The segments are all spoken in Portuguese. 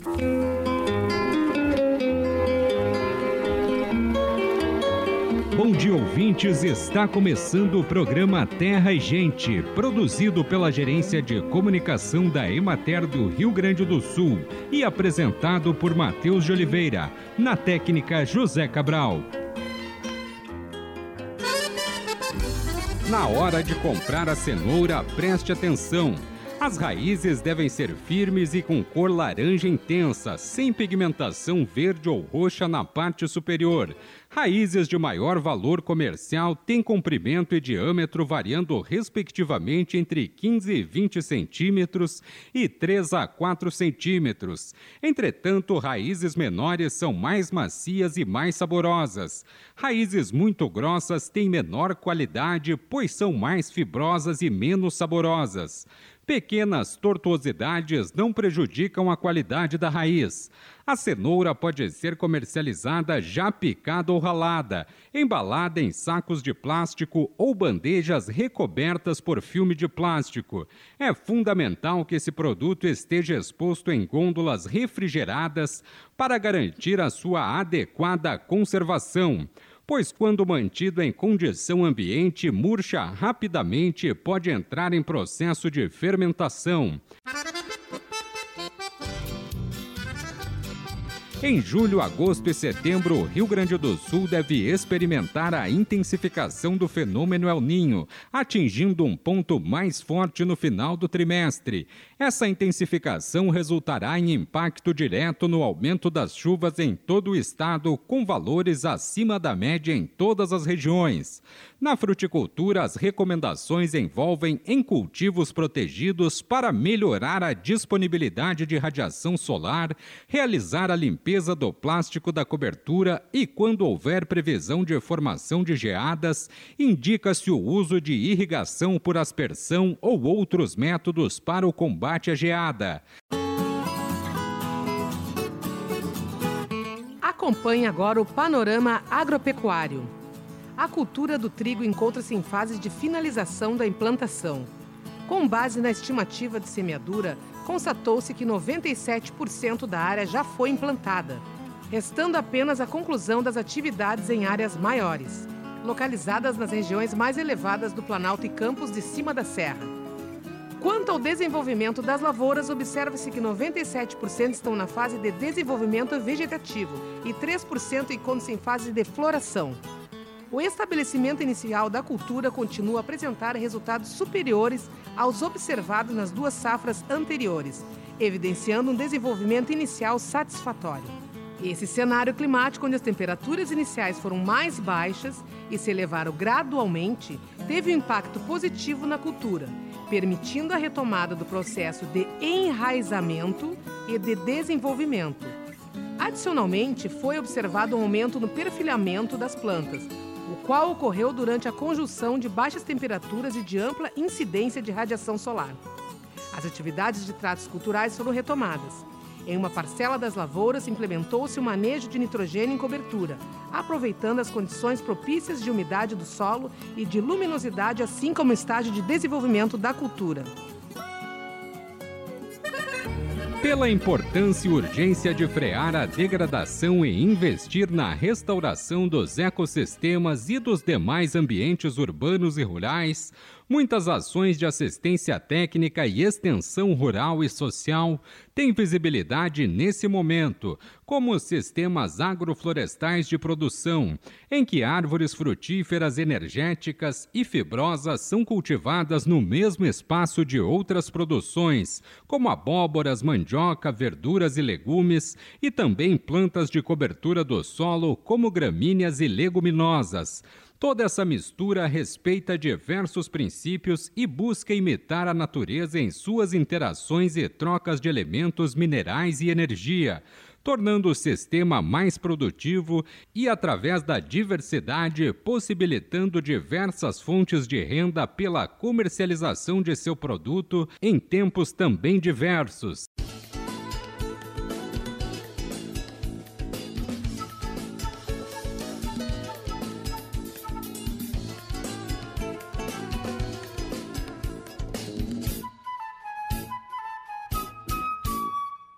Bom dia, ouvintes! Está começando o programa Terra e Gente, produzido pela Gerência de Comunicação da Emater do Rio Grande do Sul e apresentado por Matheus de Oliveira, na técnica José Cabral. Na hora de comprar a cenoura, preste atenção. As raízes devem ser firmes e com cor laranja intensa, sem pigmentação verde ou roxa na parte superior. Raízes de maior valor comercial têm comprimento e diâmetro variando respectivamente entre 15 e 20 centímetros e 3 a 4 centímetros. Entretanto, raízes menores são mais macias e mais saborosas. Raízes muito grossas têm menor qualidade, pois são mais fibrosas e menos saborosas. Pequenas tortuosidades não prejudicam a qualidade da raiz. A cenoura pode ser comercializada já picada ou ralada, embalada em sacos de plástico ou bandejas recobertas por filme de plástico. É fundamental que esse produto esteja exposto em gôndolas refrigeradas para garantir a sua adequada conservação, pois quando mantido em condição ambiente, murcha rapidamente e pode entrar em processo de fermentação. Em julho, agosto e setembro, o Rio Grande do Sul deve experimentar a intensificação do fenômeno El Niño, atingindo um ponto mais forte no final do trimestre. Essa intensificação resultará em impacto direto no aumento das chuvas em todo o estado, com valores acima da média em todas as regiões. Na fruticultura, as recomendações envolvem em cultivos protegidos para melhorar a disponibilidade de radiação solar, realizar a limpeza do plástico da cobertura e, quando houver previsão de formação de geadas, indica-se o uso de irrigação por aspersão ou outros métodos para o combate à geada. Acompanhe agora o panorama agropecuário. A cultura do trigo encontra-se em fase de finalização da implantação. Com base na estimativa de semeadura, constatou-se que 97% da área já foi implantada, restando apenas a conclusão das atividades em áreas maiores, localizadas nas regiões mais elevadas do Planalto e campos de cima da serra. Quanto ao desenvolvimento das lavouras, observa-se que 97% estão na fase de desenvolvimento vegetativo e 3% encontram-se em fase de floração. O estabelecimento inicial da cultura continua a apresentar resultados superiores aos observados nas duas safras anteriores, evidenciando um desenvolvimento inicial satisfatório. Esse cenário climático, onde as temperaturas iniciais foram mais baixas e se elevaram gradualmente, teve um impacto positivo na cultura, permitindo a retomada do processo de enraizamento e de desenvolvimento. Adicionalmente, foi observado um aumento no perfilhamento das plantas, o qual ocorreu durante a conjunção de baixas temperaturas e de ampla incidência de radiação solar. As atividades de tratos culturais foram retomadas. Em uma parcela das lavouras, implementou-se o manejo de nitrogênio em cobertura, aproveitando as condições propícias de umidade do solo e de luminosidade, assim como o estágio de desenvolvimento da cultura. Pela importância e urgência de frear a degradação e investir na restauração dos ecossistemas e dos demais ambientes urbanos e rurais, muitas ações de assistência técnica e extensão rural e social têm visibilidade nesse momento, como os sistemas agroflorestais de produção, em que árvores frutíferas energéticas e fibrosas são cultivadas no mesmo espaço de outras produções, como abóboras, mandioca, verduras e legumes, e também plantas de cobertura do solo, como gramíneas e leguminosas. Toda essa mistura respeita diversos princípios e busca imitar a natureza em suas interações e trocas de elementos minerais e energia, tornando o sistema mais produtivo e, através da diversidade, possibilitando diversas fontes de renda pela comercialização de seu produto em tempos também diversos.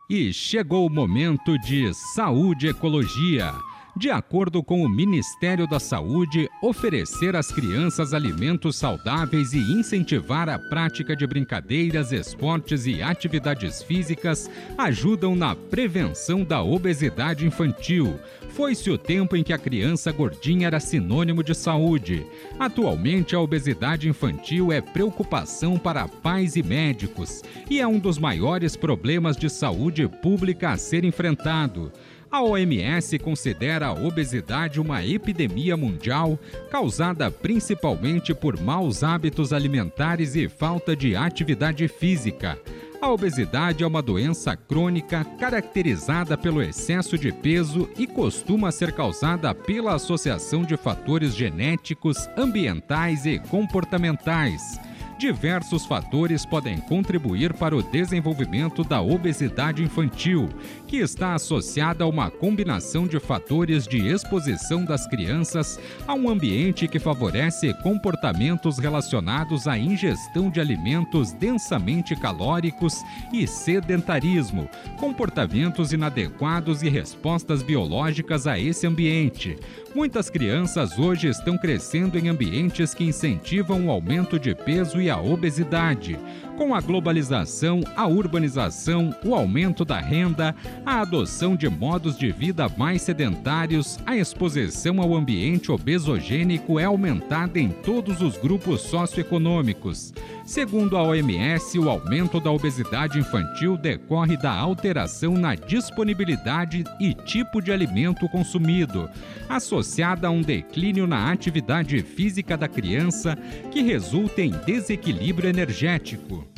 E chegou o momento de Saúde e Ecologia. De acordo com o Ministério da Saúde, oferecer às crianças alimentos saudáveis e incentivar a prática de brincadeiras, esportes e atividades físicas ajudam na prevenção da obesidade infantil. Foi-se o tempo em que a criança gordinha era sinônimo de saúde. Atualmente, a obesidade infantil é preocupação para pais e médicos e é um dos maiores problemas de saúde pública a ser enfrentado. A OMS considera a obesidade uma epidemia mundial causada principalmente por maus hábitos alimentares e falta de atividade física. A obesidade é uma doença crônica caracterizada pelo excesso de peso e costuma ser causada pela associação de fatores genéticos, ambientais e comportamentais. Diversos fatores podem contribuir para o desenvolvimento da obesidade infantil, que está associada a uma combinação de fatores de exposição das crianças a um ambiente que favorece comportamentos relacionados à ingestão de alimentos densamente calóricos e sedentarismo, comportamentos inadequados e respostas biológicas a esse ambiente. Muitas crianças hoje estão crescendo em ambientes que incentivam o aumento de peso e a obesidade. Com a globalização, a urbanização, o aumento da renda, a adoção de modos de vida mais sedentários, a exposição ao ambiente obesogênico é aumentada em todos os grupos socioeconômicos. Segundo a OMS, o aumento da obesidade infantil decorre da alteração na disponibilidade e tipo de alimento consumido, associada a um declínio na atividade física da criança, que resulta em desequilíbrio energético.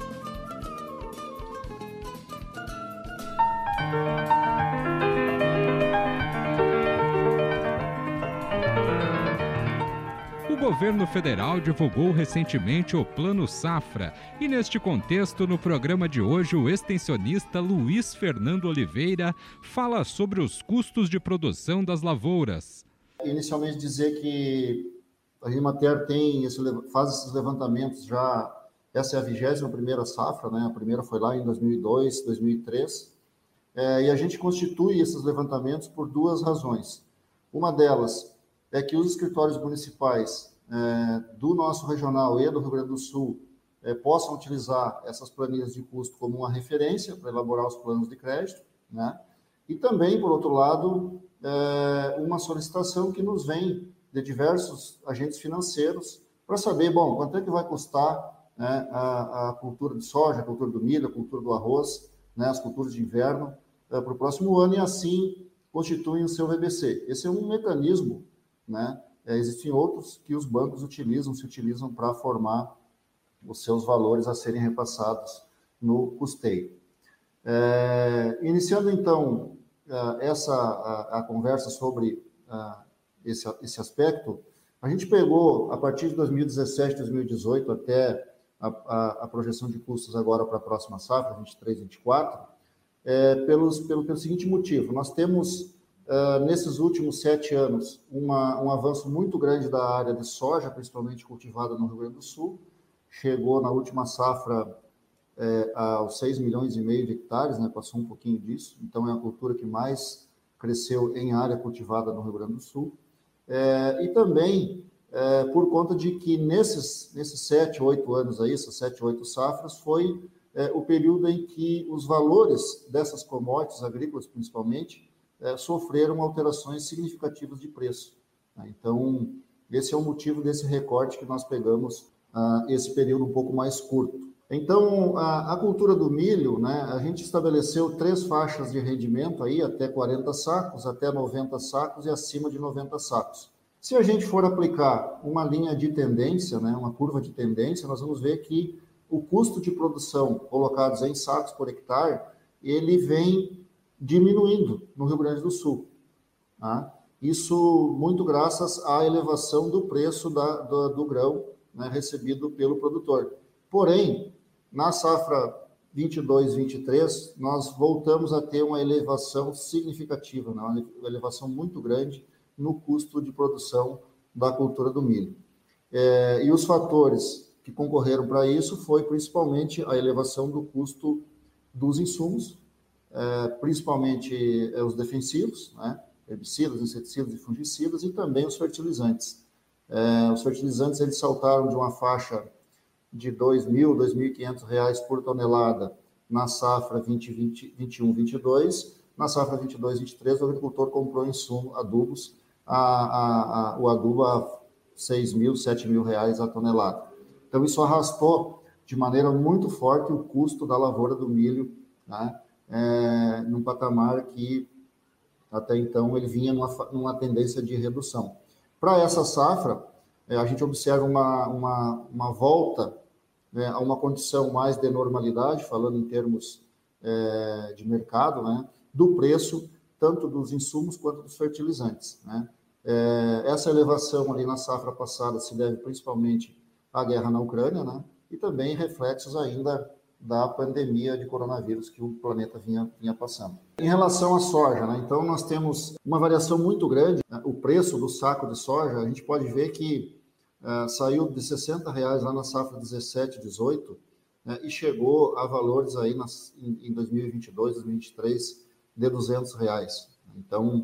O governo federal divulgou recentemente o Plano Safra e, neste contexto, no programa de hoje, o extensionista Luiz Fernando Oliveira fala sobre os custos de produção das lavouras. Inicialmente dizer que a Emater faz esses levantamentos já, essa é a 21ª safra, né? A primeira foi lá em 2002, 2003, e a gente constitui esses levantamentos por duas razões. Uma delas é que os escritórios municipais do nosso regional e do Rio Grande do Sul possam utilizar essas planilhas de custo como uma referência para elaborar os planos de crédito, né? E também, por outro lado, uma solicitação que nos vem de diversos agentes financeiros para saber, bom, quanto é que vai custar, né, a cultura de soja, a cultura do milho, a cultura do arroz, né, as culturas de inverno para o próximo ano, e assim constituem o seu VBC. Esse é um mecanismo, né? Existem outros que os bancos se utilizam para formar os seus valores a serem repassados no custeio. Iniciando, então, a conversa sobre esse aspecto, a gente pegou, a partir de 2017, 2018, até a projeção de custos agora para a próxima safra, 23, 24, pelo seguinte motivo: nós temos, nesses últimos 7 anos, um avanço muito grande da área de soja, principalmente cultivada no Rio Grande do Sul. Chegou na última safra aos 6,5 milhões de hectares, né? Passou um pouquinho disso, então é a cultura que mais cresceu em área cultivada no Rio Grande do Sul. E também por conta de que nesses 7, 8 anos aí, essas 7, 8 safras, foi o período em que os valores dessas commodities agrícolas, principalmente, sofreram alterações significativas de preço. Então, esse é o motivo desse recorte que nós pegamos esse período um pouco mais curto. Então, a cultura do milho, né, a gente estabeleceu 3 faixas de rendimento aí, até 40 sacos, até 90 sacos e acima de 90 sacos. Se a gente for aplicar uma linha de tendência, né, uma curva de tendência, nós vamos ver que o custo de produção colocados em sacos por hectare, ele vem diminuindo no Rio Grande do Sul. Tá? Isso muito graças à elevação do preço do grão, né, recebido pelo produtor. Porém, na safra 22-23, nós voltamos a ter uma elevação significativa, né, uma elevação muito grande no custo de produção da cultura do milho. E os fatores que concorreram para isso foi principalmente a elevação do custo dos insumos, principalmente os defensivos, né? Herbicidas, inseticidas e fungicidas, e também os fertilizantes. Os fertilizantes eles saltaram de uma faixa de R$ 2.000, R$ 2.500 por tonelada na safra 2021-22. Na safra 22-23, o agricultor comprou adubos, o adubo a R$ 6.000, R$ 7.000 a tonelada. Então, isso arrastou de maneira muito forte o custo da lavoura do milho, né, num patamar que, até então, ele vinha numa tendência de redução. Para essa safra, a gente observa uma volta, né, a uma condição mais de normalidade, falando em termos de mercado, né, do preço, tanto dos insumos quanto dos fertilizantes, né. Essa elevação ali na safra passada se deve principalmente à guerra na Ucrânia, né, e também reflexos ainda da pandemia de coronavírus que o planeta vinha passando. Em relação à soja, né, então nós temos uma variação muito grande, né, o preço do saco de soja, a gente pode ver que saiu de R$ 60 lá na safra 17-18, né, e chegou a valores aí em 2022, 2023 de R$ 200. Então,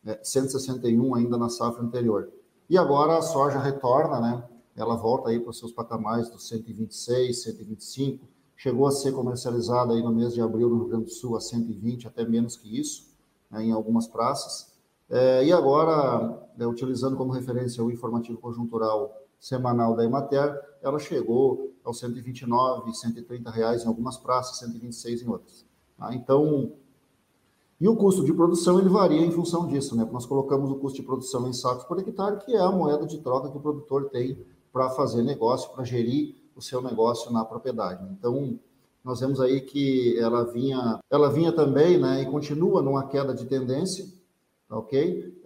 161 ainda na safra anterior. E agora a soja retorna, né? Ela volta aí para os seus patamares dos 126, 125, chegou a ser comercializada aí no mês de abril no Rio Grande do Sul a 120, até menos que isso, né, em algumas praças. E agora, utilizando como referência o informativo conjuntural semanal da Emater, ela chegou aos 129, R$ 130 em algumas praças, 126 em outras. Tá? Então, e o custo de produção ele varia em função disso, né? Nós colocamos o custo de produção em sacos por hectare, que é a moeda de troca que o produtor tem para fazer negócio, para gerir o seu negócio na propriedade. Então, nós vemos aí que ela vinha também, né, e continua numa queda de tendência, ok?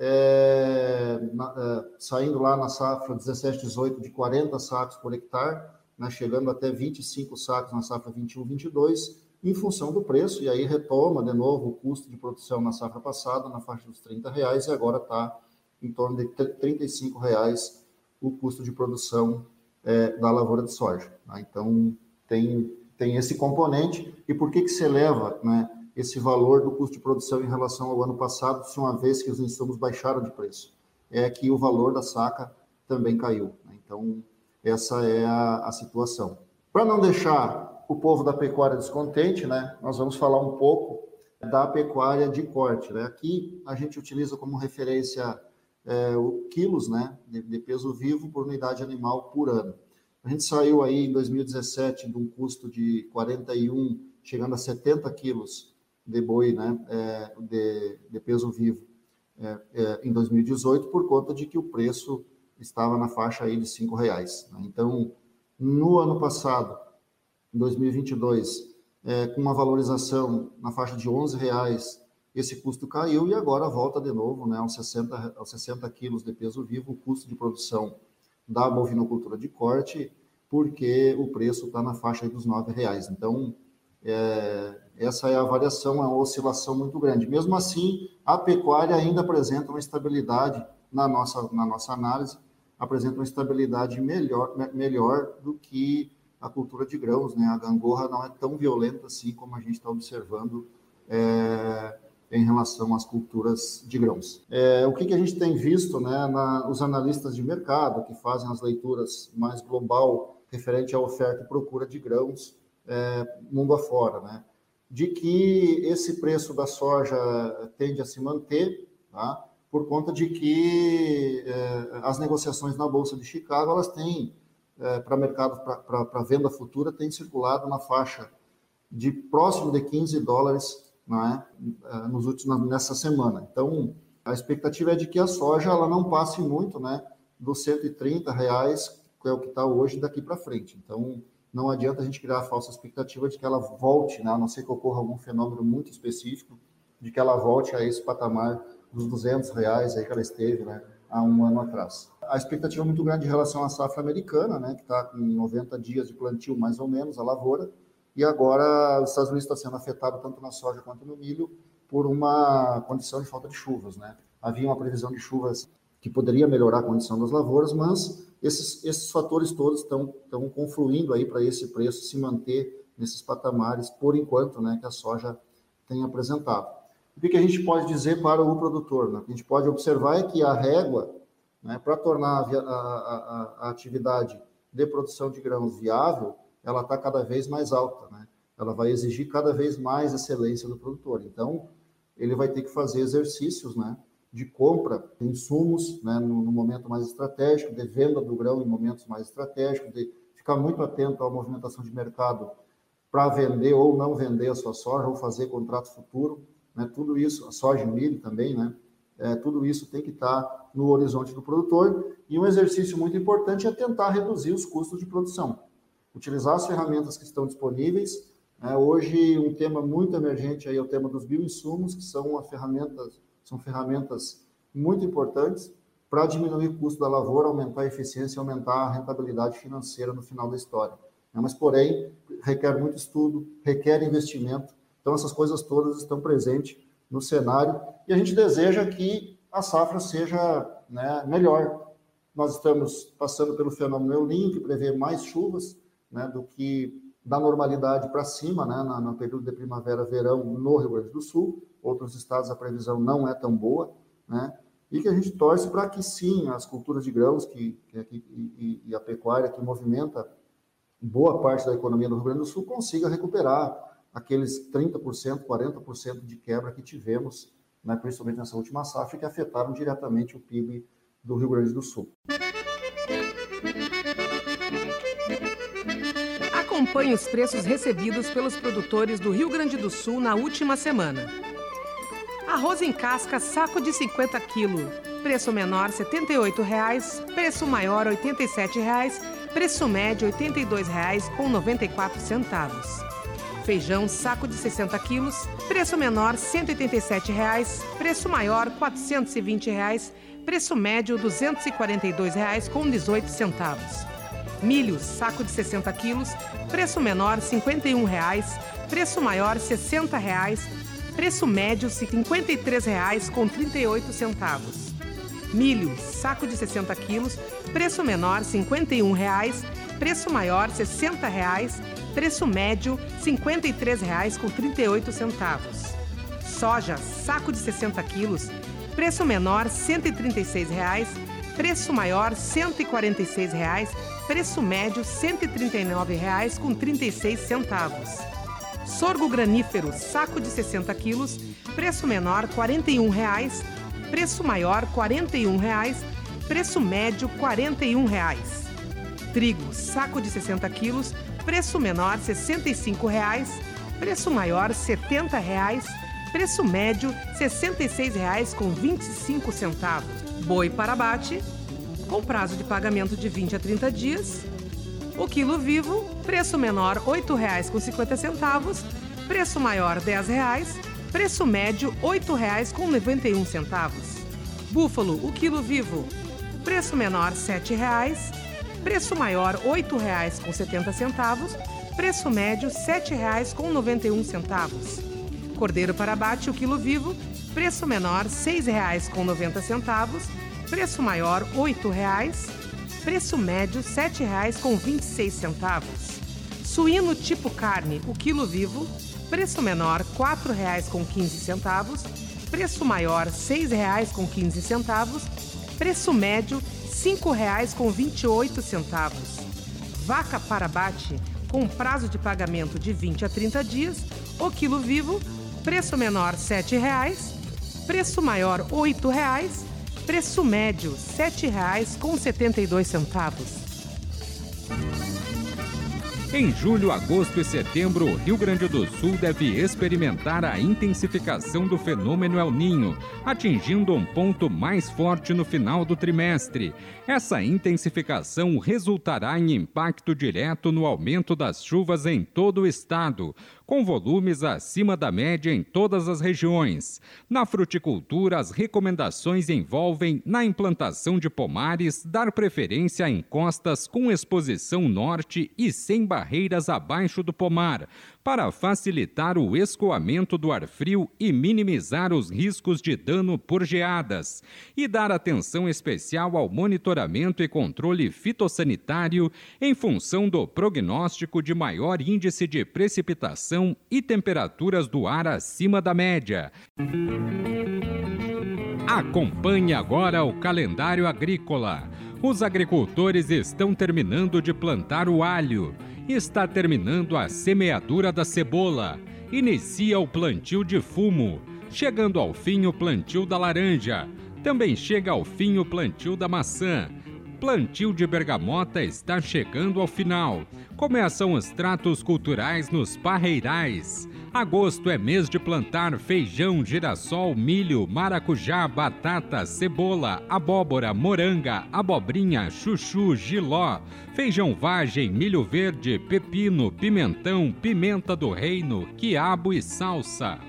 Saindo lá na safra 17-18 de 40 sacos por hectare, né, chegando até 25 sacos na safra 21-22, em função do preço, e aí retoma de novo o custo de produção na safra passada, na faixa dos R$ 30, e agora está em torno de R$ 35 o custo de produção da lavoura de soja. Tá? Então, tem esse componente. E por que se eleva, né, esse valor do custo de produção em relação ao ano passado, se uma vez que os insumos baixaram de preço? É que o valor da saca também caiu. Né? Então, essa é a situação. Para não deixar o povo da pecuária descontente, né, nós vamos falar um pouco da pecuária de corte. Né? Aqui a gente utiliza como referência o quilos, né, de peso vivo por unidade animal por ano. A gente saiu aí em 2017 de um custo de 41, chegando a 70 quilos de boi, né, de peso vivo em 2018, por conta de que o preço estava na faixa aí de R$ 5. Né? Então, no ano passado, em 2022, com uma valorização na faixa de R$ 11, esse custo caiu e agora volta de novo, né, aos 60 quilos de peso vivo, o custo de produção da bovinocultura de corte, porque o preço está na faixa aí dos R$ 9. Então, essa é a variação, é uma oscilação muito grande. Mesmo assim, a pecuária ainda apresenta uma estabilidade, na nossa análise, apresenta uma estabilidade melhor do que a cultura de grãos, né? A gangorra não é tão violenta assim como a gente está observando em relação às culturas de grãos. O que a gente tem visto, né, os analistas de mercado que fazem as leituras mais global referente à oferta e procura de grãos mundo afora, né, de que esse preço da soja tende a se manter, tá, por conta de que as negociações na Bolsa de Chicago, elas têm, para mercado, para venda futura, têm circulado na faixa de próximo de $15, né, nessa semana. Então, a expectativa é de que a soja ela não passe muito, né, dos R$ 130, que é o que está hoje, daqui para frente. Então, não adianta a gente criar a falsa expectativa de que ela volte, né, a não ser que ocorra algum fenômeno muito específico, de que ela volte a esse patamar dos R$ 200 aí que ela esteve, né, há um ano atrás. A expectativa é muito grande em relação à safra americana, né, que está com 90 dias de plantio, mais ou menos, a lavoura, e agora os Estados Unidos está sendo afetado tanto na soja quanto no milho por uma condição de falta de chuvas, né? Havia uma previsão de chuvas que poderia melhorar a condição das lavouras, mas esses fatores todos estão confluindo aí para esse preço se manter nesses patamares, por enquanto, né, que a soja tem apresentado. O que a gente pode dizer para o produtor? Né? O que a gente pode observar é que a régua, né, para tornar a atividade de produção de grãos viável, ela está cada vez mais alta, né? Ela vai exigir cada vez mais excelência do produtor. Então, ele vai ter que fazer exercícios, né, de compra de insumos, né, no momento mais estratégico, de venda do grão em momentos mais estratégicos, de ficar muito atento à movimentação de mercado para vender ou não vender a sua soja, ou fazer contrato futuro, né, tudo isso, a soja e milho também, né, tudo isso tem que estar no horizonte do produtor. E um exercício muito importante é tentar reduzir os custos de produção. Utilizar as ferramentas que estão disponíveis. Hoje, um tema muito emergente aí é o tema dos bioinsumos, que são ferramentas muito importantes para diminuir o custo da lavoura, aumentar a eficiência e aumentar a rentabilidade financeira no final da história. Mas, porém, requer muito estudo, requer investimento. Então, essas coisas todas estão presentes no cenário e a gente deseja que a safra seja, né, melhor. Nós estamos passando pelo fenômeno El Niño, que prevê mais chuvas, né, do que da normalidade para cima, né, no período de primavera-verão no Rio Grande do Sul. Outros estados a previsão não é tão boa, né, e que a gente torce para que sim, as culturas de grãos e a pecuária que movimenta boa parte da economia do Rio Grande do Sul consiga recuperar aqueles 30%, 40% de quebra que tivemos, né, principalmente nessa última safra, que afetaram diretamente o PIB do Rio Grande do Sul. Acompanhe os preços recebidos pelos produtores do Rio Grande do Sul na última semana. Arroz em casca, saco de 50 kg, preço menor R$ 78,00, preço maior R$ 87,00, preço médio R$ 82,94. Feijão, saco de 60 kg, preço menor R$ 187,00, preço maior R$ 420,00, preço médio R$ 242,18. Milho, saco de 60 quilos, preço menor R$ 51,00, preço maior R$ 60,00, preço médio R$ 53,38. Milho, saco de 60 quilos, preço menor R$ 51,00, preço maior R$ 60,00, preço médio R$ 53,38. Soja, saco de 60 quilos, preço menor R$ 136,00, preço maior R$ 146,00, preço médio R$ 139,36. Sorgo granífero, saco de 60 quilos, preço menor R$ 41,00, preço maior R$ 41,00, preço médio R$ 41,00. Trigo, saco de 60 quilos, preço menor R$ 65,00, preço maior R$ 70,00, preço médio R$ 66,25. Boi para abate, com prazo de pagamento de 20 a 30 dias. O quilo vivo, preço menor R$ 8,50, preço maior R$ 10,00, preço médio R$ 8,91. Búfalo, o quilo vivo, preço menor R$ 7,00, preço maior R$ 8,70, preço médio R$ 7,91. Cordeiro para abate, o quilo vivo, preço menor R$ 6,90, preço maior R$ 8,00, preço médio R$ 7,26. Suíno tipo carne, o quilo vivo, preço menor R$ 4,15, preço maior R$ 6,15, preço médio R$ 5,28. Vaca para abate, com prazo de pagamento de 20 a 30 dias, o quilo vivo, preço menor R$ 7,00, preço maior R$ 8,00, preço médio R$ 7,72. Em julho, agosto e setembro, o Rio Grande do Sul deve experimentar a intensificação do fenômeno El Niño, atingindo um ponto mais forte no final do trimestre. Essa intensificação resultará em impacto direto no aumento das chuvas em todo o estado, com volumes acima da média em todas as regiões. Na fruticultura, as recomendações envolvem, na implantação de pomares, dar preferência a encostas com exposição norte e sem barreiras abaixo do pomar, para facilitar o escoamento do ar frio e minimizar os riscos de dano por geadas, e dar atenção especial ao monitoramento e controle fitossanitário em função do prognóstico de maior índice de precipitação e temperaturas do ar acima da média. Acompanhe agora o calendário agrícola. Os agricultores estão terminando de plantar o alho. Está terminando a semeadura da cebola. Inicia o plantio de fumo. Chegando ao fim o plantio da laranja. Também chega ao fim o plantio da maçã. Plantio de bergamota está chegando ao final. Começam os tratos culturais nos parreirais. Agosto é mês de plantar feijão, girassol, milho, maracujá, batata, cebola, abóbora, moranga, abobrinha, chuchu, jiló, feijão vagem, milho verde, pepino, pimentão, pimenta do reino, quiabo e salsa.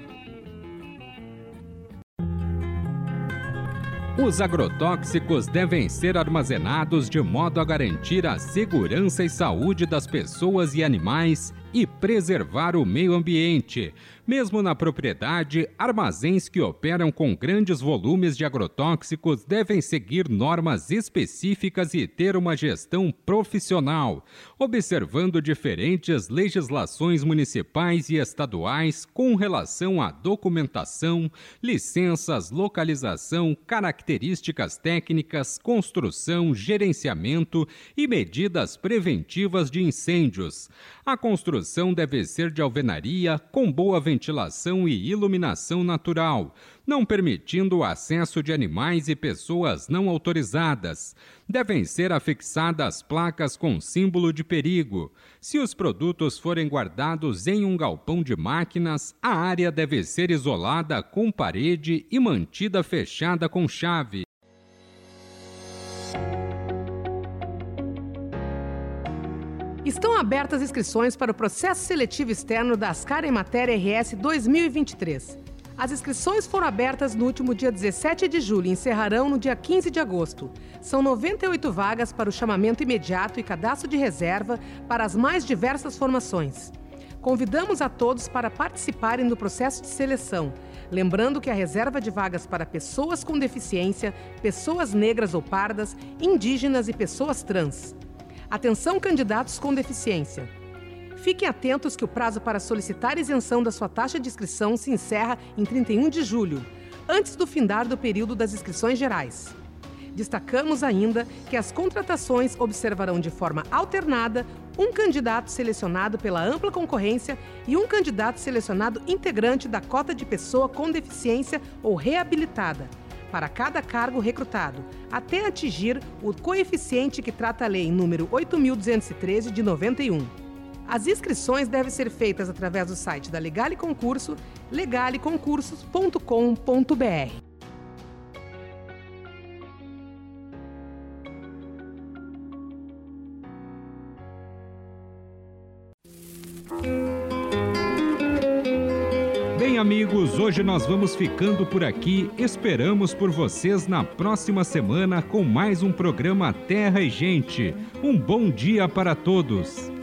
Os agrotóxicos devem ser armazenados de modo a garantir a segurança e saúde das pessoas e animais e preservar o meio ambiente. Mesmo na propriedade, armazéns que operam com grandes volumes de agrotóxicos devem seguir normas específicas e ter uma gestão profissional, observando diferentes legislações municipais e estaduais com relação à documentação, licenças, localização, características técnicas, construção, gerenciamento e medidas preventivas de incêndios. A construção deve ser de alvenaria, com boa ventilação e iluminação natural, não permitindo o acesso de animais e pessoas não autorizadas. Devem ser afixadas placas com símbolo de perigo. Se os produtos forem guardados em um galpão de máquinas, a área deve ser isolada com parede e mantida fechada com chave. Estão abertas inscrições para o processo seletivo externo da Ascar em Matéria RS 2023. As inscrições foram abertas no último dia 17 de julho e encerrarão no dia 15 de agosto. São 98 vagas para o chamamento imediato e cadastro de reserva para as mais diversas formações. Convidamos a todos para participarem do processo de seleção, lembrando que a reserva de vagas para pessoas com deficiência, pessoas negras ou pardas, indígenas e pessoas trans. Atenção, candidatos com deficiência. Fiquem atentos que o prazo para solicitar isenção da sua taxa de inscrição se encerra em 31 de julho, antes do findar do período das inscrições gerais. Destacamos ainda que as contratações observarão de forma alternada um candidato selecionado pela ampla concorrência e um candidato selecionado integrante da cota de pessoa com deficiência ou reabilitada, para cada cargo recrutado, até atingir o coeficiente que trata a lei número 8.213 de 91. As inscrições devem ser feitas através do site da Legale Concurso, legaleconcursos.com.br. Bem, amigos, hoje nós vamos ficando por aqui. Esperamos por vocês na próxima semana com mais um programa Terra e Gente. Um bom dia para todos.